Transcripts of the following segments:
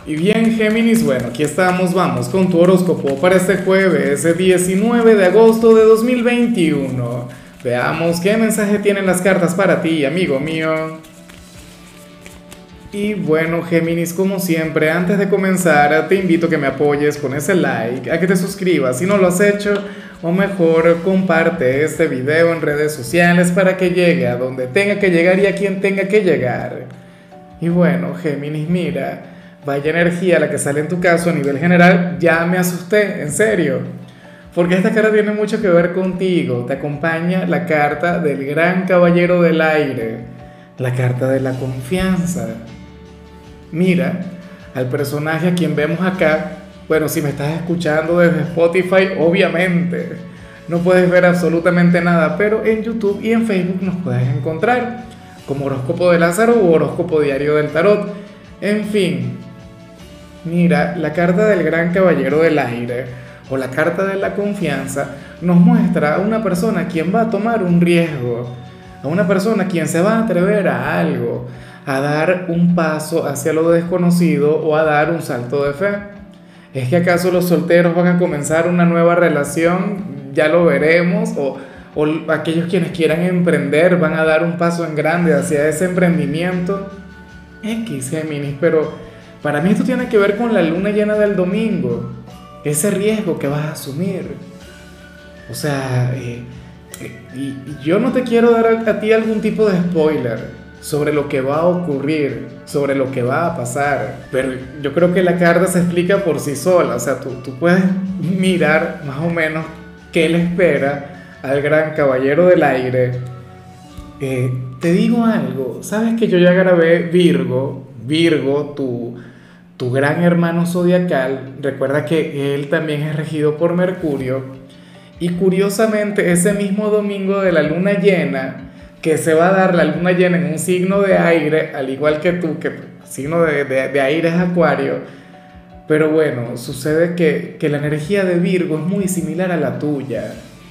Y bien, Géminis, bueno, aquí estamos, vamos con tu horóscopo para este jueves, 19 de agosto de 2021. Veamos qué mensaje tienen las cartas para ti, amigo mío. Y bueno, Géminis, como siempre, antes de comenzar, te invito a que me apoyes con ese like, a que te suscribas si no lo has hecho, o mejor, comparte este video en redes sociales para que llegue a donde tenga que llegar y a quien tenga que llegar. Y bueno, Géminis, mira, vaya energía la que sale en tu caso a nivel general, ya me asusté, en serio. Porque esta carta tiene mucho que ver contigo. Te acompaña la carta del gran caballero del aire, la carta de la confianza. Mira, al personaje a quien vemos acá, bueno, si me estás escuchando desde Spotify, obviamente no puedes ver absolutamente nada, pero en YouTube y en Facebook nos puedes encontrar como horóscopo de Lázaro u horóscopo diario del tarot. En fin, mira, la carta del gran caballero del aire o la carta de la confianza nos muestra a una persona quien va a tomar un riesgo, a una persona quien se va a atrever a algo, a dar un paso hacia lo desconocido o a dar un salto de fe. ¿Es que acaso los solteros van a comenzar una nueva relación? Ya lo veremos. O aquellos quienes quieran emprender van a dar un paso en grande hacia ese emprendimiento. X, Géminis, pero para mí esto tiene que ver con la luna llena del domingo, ese riesgo que vas a asumir. O sea, y yo no te quiero dar a ti algún tipo de spoiler sobre lo que va a ocurrir, sobre lo que va a pasar, pero yo creo que la carta se explica por sí sola. O sea, tú puedes mirar más o menos qué le espera al gran caballero del aire. Te digo algo, sabes que yo ya grabé Virgo, tu gran hermano zodiacal. Recuerda que él también es regido por Mercurio. Y curiosamente, ese mismo domingo de la luna llena, que se va a dar la luna llena en un signo de aire, al igual que tú, que signo de aire es Acuario. Pero bueno, sucede que la energía de Virgo es muy similar a la tuya.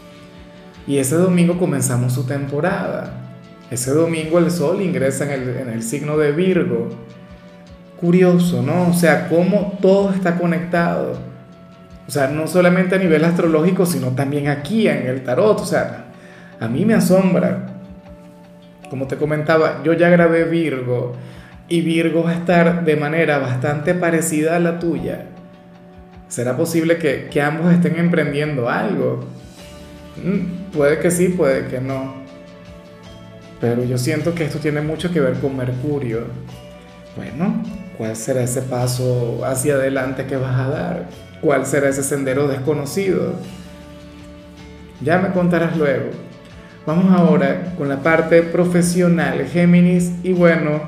Y ese domingo comenzamos su temporada. Ese domingo el sol ingresa en el signo de Virgo. Curioso, ¿no? O sea, cómo todo está conectado. O sea, no solamente a nivel astrológico, sino también aquí en el tarot. O sea, a mí me asombra. Como te comentaba, yo ya grabé Virgo y Virgo va a estar de manera bastante parecida a la tuya. ¿Será posible que ambos estén emprendiendo algo? Puede que sí, puede que no. Pero yo siento que esto tiene mucho que ver con Mercurio. Bueno, ¿cuál será ese paso hacia adelante que vas a dar? ¿Cuál será ese sendero desconocido? Ya me contarás luego. Vamos ahora con la parte profesional, Géminis. Y bueno,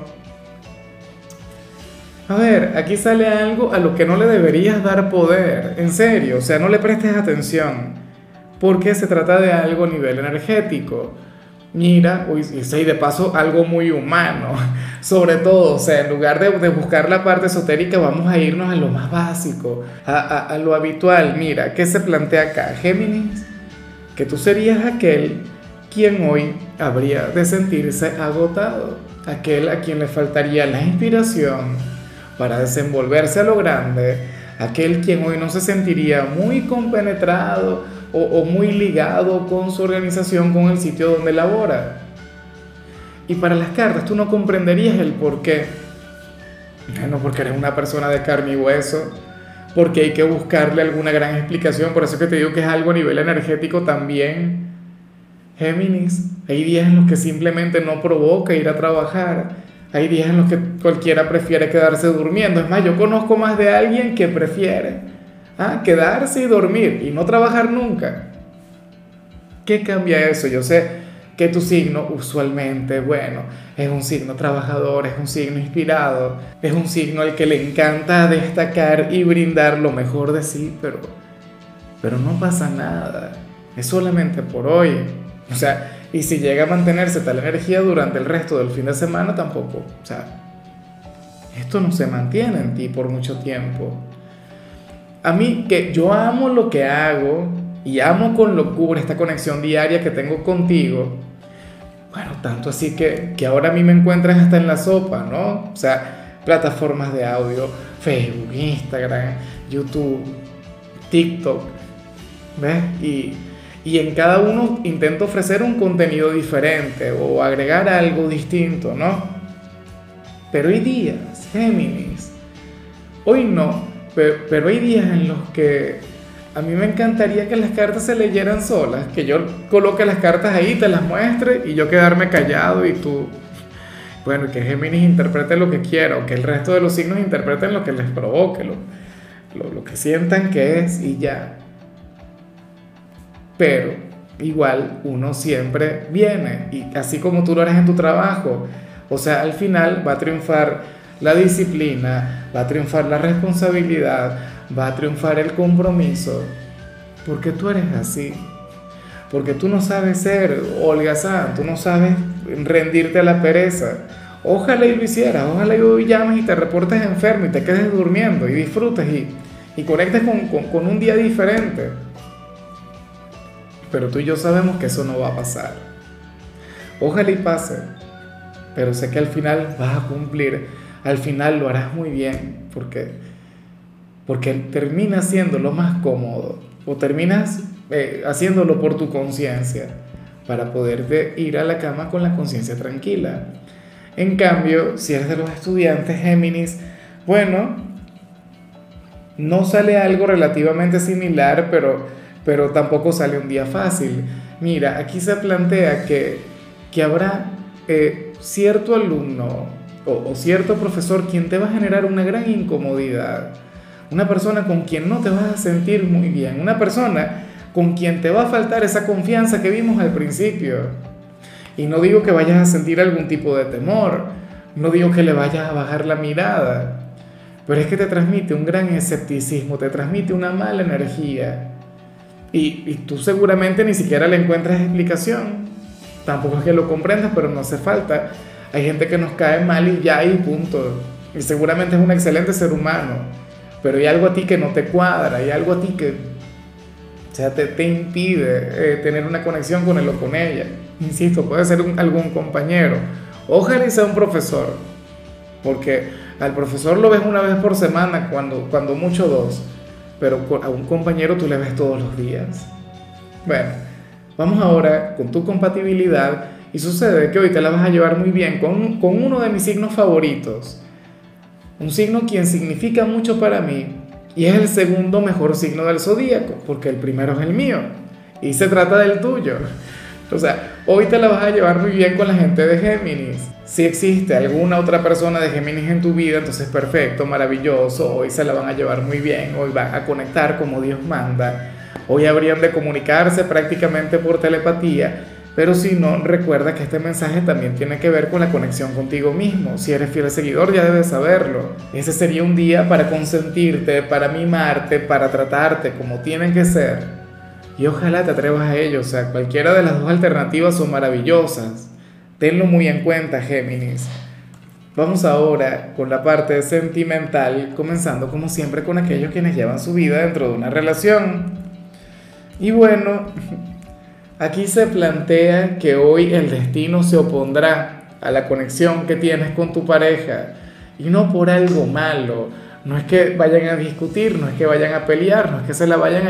a ver, aquí sale algo a lo que no le deberías dar poder. En serio, o sea, no le prestes atención, porque se trata de algo a nivel energético. Mira, uy, y de paso algo muy humano, sobre todo. O sea, en lugar de buscar la parte esotérica, vamos a irnos a lo más básico, a lo habitual. Mira, ¿qué se plantea acá, Géminis? Que tú serías aquel quien hoy habría de sentirse agotado, aquel a quien le faltaría la inspiración para desenvolverse a lo grande, aquel quien hoy no se sentiría muy compenetrado o muy ligado con su organización, con el sitio donde labora. Y para las cartas tú no comprenderías el por qué. Bueno, porque eres una persona de carne y hueso, porque hay que buscarle alguna gran explicación. Por eso que te digo que es algo a nivel energético también. Géminis, hay días en los que simplemente no provoca ir a trabajar. Hay días en los que cualquiera prefiere quedarse durmiendo. Es más, yo conozco más de alguien que prefiere quedarse y dormir y no trabajar nunca. ¿Qué cambia eso? Yo sé que tu signo usualmente, bueno, es un signo trabajador, es un signo inspirado, es un signo al que le encanta destacar y brindar lo mejor de sí, pero no pasa nada. Es solamente por hoy. O sea, y si llega a mantenerse tal energía durante el resto del fin de semana, tampoco. O sea, esto no se mantiene en ti por mucho tiempo. A mí, que yo amo lo que hago y amo con locura esta conexión diaria que tengo contigo. Bueno, tanto así que ahora a mí me encuentras hasta en la sopa, ¿no? O sea, plataformas de audio, Facebook, Instagram, YouTube, TikTok, ¿ves? Y en cada uno intento ofrecer un contenido diferente o agregar algo distinto, ¿no? Pero hay días, Géminis, hoy no, pero hay días en los que a mí me encantaría que las cartas se leyeran solas, que yo coloque las cartas ahí, te las muestre y yo quedarme callado y tú, bueno, que Géminis interprete lo que quiera o que el resto de los signos interpreten lo que les provoque, lo que sientan que es y ya. Pero igual uno siempre viene y así como tú lo harás en tu trabajo, o sea, al final va a triunfar la disciplina, va a triunfar la responsabilidad, va a triunfar el compromiso, porque tú eres así, porque tú no sabes ser holgazán, tú no sabes rendirte a la pereza. Ojalá y lo hicieras, ojalá y hoy llames y te reportes enfermo y te quedes durmiendo y disfrutes y conectes con un día diferente. Pero tú y yo sabemos que eso no va a pasar. Ojalá y pase, pero sé que al final vas a cumplir, al final lo harás muy bien, porque terminas siendo lo más cómodo o terminas haciéndolo por tu conciencia para poderte ir a la cama con la conciencia tranquila. En cambio, si eres de los estudiantes Géminis, bueno, no sale algo relativamente similar, pero tampoco sale un día fácil. Mira, aquí se plantea que habrá cierto alumno o cierto profesor quien te va a generar una gran incomodidad, una persona con quien no te vas a sentir muy bien, una persona con quien te va a faltar esa confianza que vimos al principio. Y no digo que vayas a sentir algún tipo de temor, no digo que le vayas a bajar la mirada, pero es que te transmite un gran escepticismo, te transmite una mala energía. Y tú seguramente ni siquiera le encuentras explicación. Tampoco es que lo comprendas, pero no hace falta. Hay gente que nos cae mal y ya y punto. Y seguramente es un excelente ser humano, pero hay algo a ti que no te cuadra, hay algo a ti que, o sea, te impide tener una conexión con él o con ella. Insisto, puede ser algún compañero. Ojalá y sea un profesor, porque al profesor lo ves una vez por semana, cuando mucho dos, pero a un compañero tú le ves todos los días. Bueno, vamos ahora con tu compatibilidad y sucede que hoy te la vas a llevar muy bien con uno de mis signos favoritos, un signo quien significa mucho para mí y es el segundo mejor signo del zodíaco, porque el primero es el mío y se trata del tuyo. O sea, hoy te la vas a llevar muy bien con la gente de Géminis. Si existe alguna otra persona de Géminis en tu vida, entonces perfecto, maravilloso, hoy se la van a llevar muy bien, hoy van a conectar como Dios manda, hoy habrían de comunicarse prácticamente por telepatía, pero si no, recuerda que este mensaje también tiene que ver con la conexión contigo mismo. Si eres fiel seguidor ya debes saberlo. Ese sería un día para consentirte, para mimarte, para tratarte como tienen que ser. Y ojalá te atrevas a ello, o sea, cualquiera de las dos alternativas son maravillosas. Tenlo muy en cuenta, Géminis. Vamos ahora con la parte sentimental, comenzando como siempre con aquellos quienes llevan su vida dentro de una relación. Y bueno, aquí se plantea que hoy el destino se opondrá a la conexión que tienes con tu pareja, y no por algo malo. No es que vayan a discutir, no es que vayan a pelear, no es que se la vayan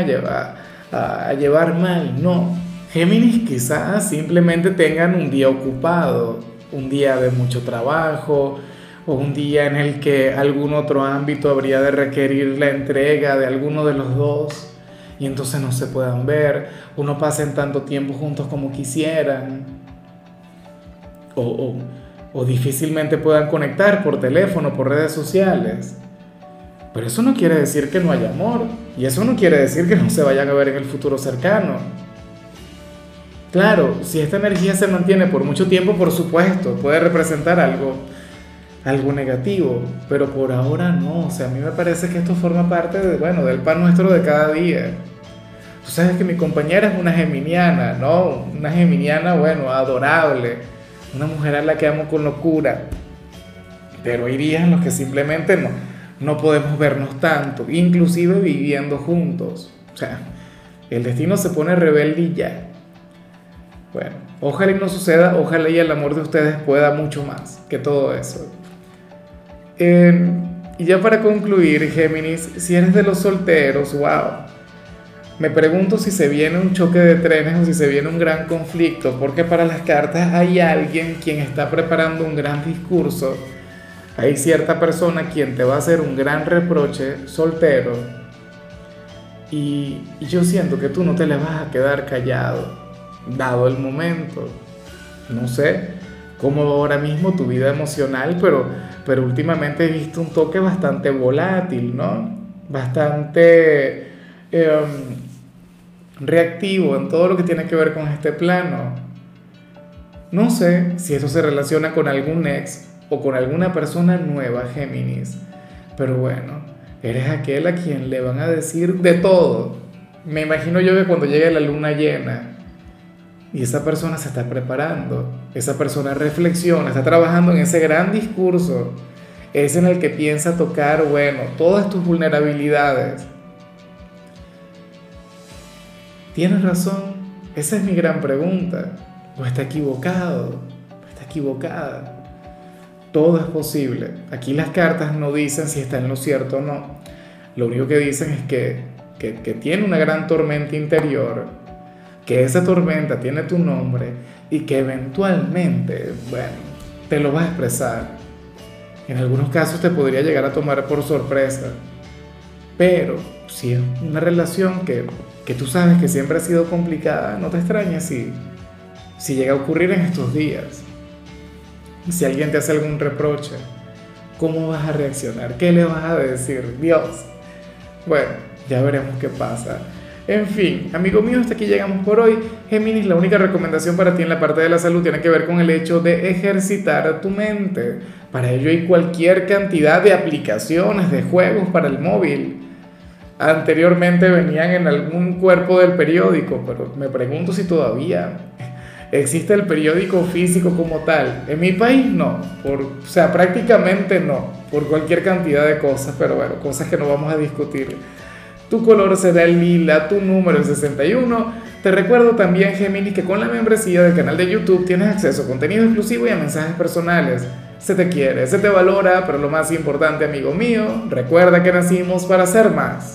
a llevar mal, no. Géminis quizás simplemente tengan un día ocupado, un día de mucho trabajo o un día en el que algún otro ámbito habría de requerir la entrega de alguno de los dos y entonces no se puedan ver o no pasen tanto tiempo juntos como quisieran o difícilmente puedan conectar por teléfono, por redes sociales. Pero eso no quiere decir que no haya amor y eso no quiere decir que no se vayan a ver en el futuro cercano. Claro, si esta energía se mantiene por mucho tiempo, por supuesto, puede representar algo negativo, pero por ahora no. O sea, a mí me parece que esto forma parte de, bueno, del pan nuestro de cada día. Tú sabes que mi compañera es una geminiana, ¿no? Una geminiana, bueno, adorable, una mujer a la que amo con locura, pero hay días en los que simplemente no podemos vernos tanto, inclusive viviendo juntos. O sea, el destino se pone rebelde y ya. Bueno, ojalá y no suceda, ojalá y el amor de ustedes pueda mucho más que todo eso. Y ya para concluir, Géminis, si eres de los solteros, wow. Me pregunto si se viene un choque de trenes o si se viene un gran conflicto, porque para las cartas hay alguien quien está preparando un gran discurso. Hay cierta persona quien te va a hacer un gran reproche, soltero, y yo siento que tú no te le vas a quedar callado, dado el momento. No sé cómo va ahora mismo tu vida emocional, pero últimamente he visto un toque bastante volátil, ¿no? Bastante reactivo en todo lo que tiene que ver con este plano. No sé si eso se relaciona con algún ex o con alguna persona nueva, Géminis, pero bueno, eres aquel a quien le van a decir de todo. Me imagino yo que cuando llegue la luna llena y esa persona se está preparando, esa persona reflexiona, está trabajando en ese gran discurso, es en el que piensa tocar, bueno, todas tus vulnerabilidades. ¿Tienes razón? Esa es mi gran pregunta. ¿O está equivocado? ¿O está equivocada? Todo es posible. Aquí las cartas no dicen si está en lo cierto o no. Lo único que dicen es que tiene una gran tormenta interior, que esa tormenta tiene tu nombre y que eventualmente, bueno, te lo va a expresar. En algunos casos te podría llegar a tomar por sorpresa, pero si es una relación que tú sabes que siempre ha sido complicada, no te extrañes si llega a ocurrir en estos días. Si alguien te hace algún reproche, ¿cómo vas a reaccionar? ¿Qué le vas a decir? Dios. Bueno, ya veremos qué pasa. En fin, amigo mío, hasta aquí llegamos por hoy. Géminis, la única recomendación para ti en la parte de la salud tiene que ver con el hecho de ejercitar tu mente. Para ello hay cualquier cantidad de aplicaciones, de juegos para el móvil. Anteriormente venían en algún cuerpo del periódico, pero me pregunto si todavía existe el periódico físico como tal. En mi país no, o sea, prácticamente no, por cualquier cantidad de cosas, pero bueno, cosas que no vamos a discutir. Tu color será el lila, tu número el 61. Te recuerdo también, Géminis, que con la membresía del canal de YouTube tienes acceso a contenido exclusivo y a mensajes personales. Se te quiere, se te valora, pero lo más importante, amigo mío, recuerda que nacimos para ser más.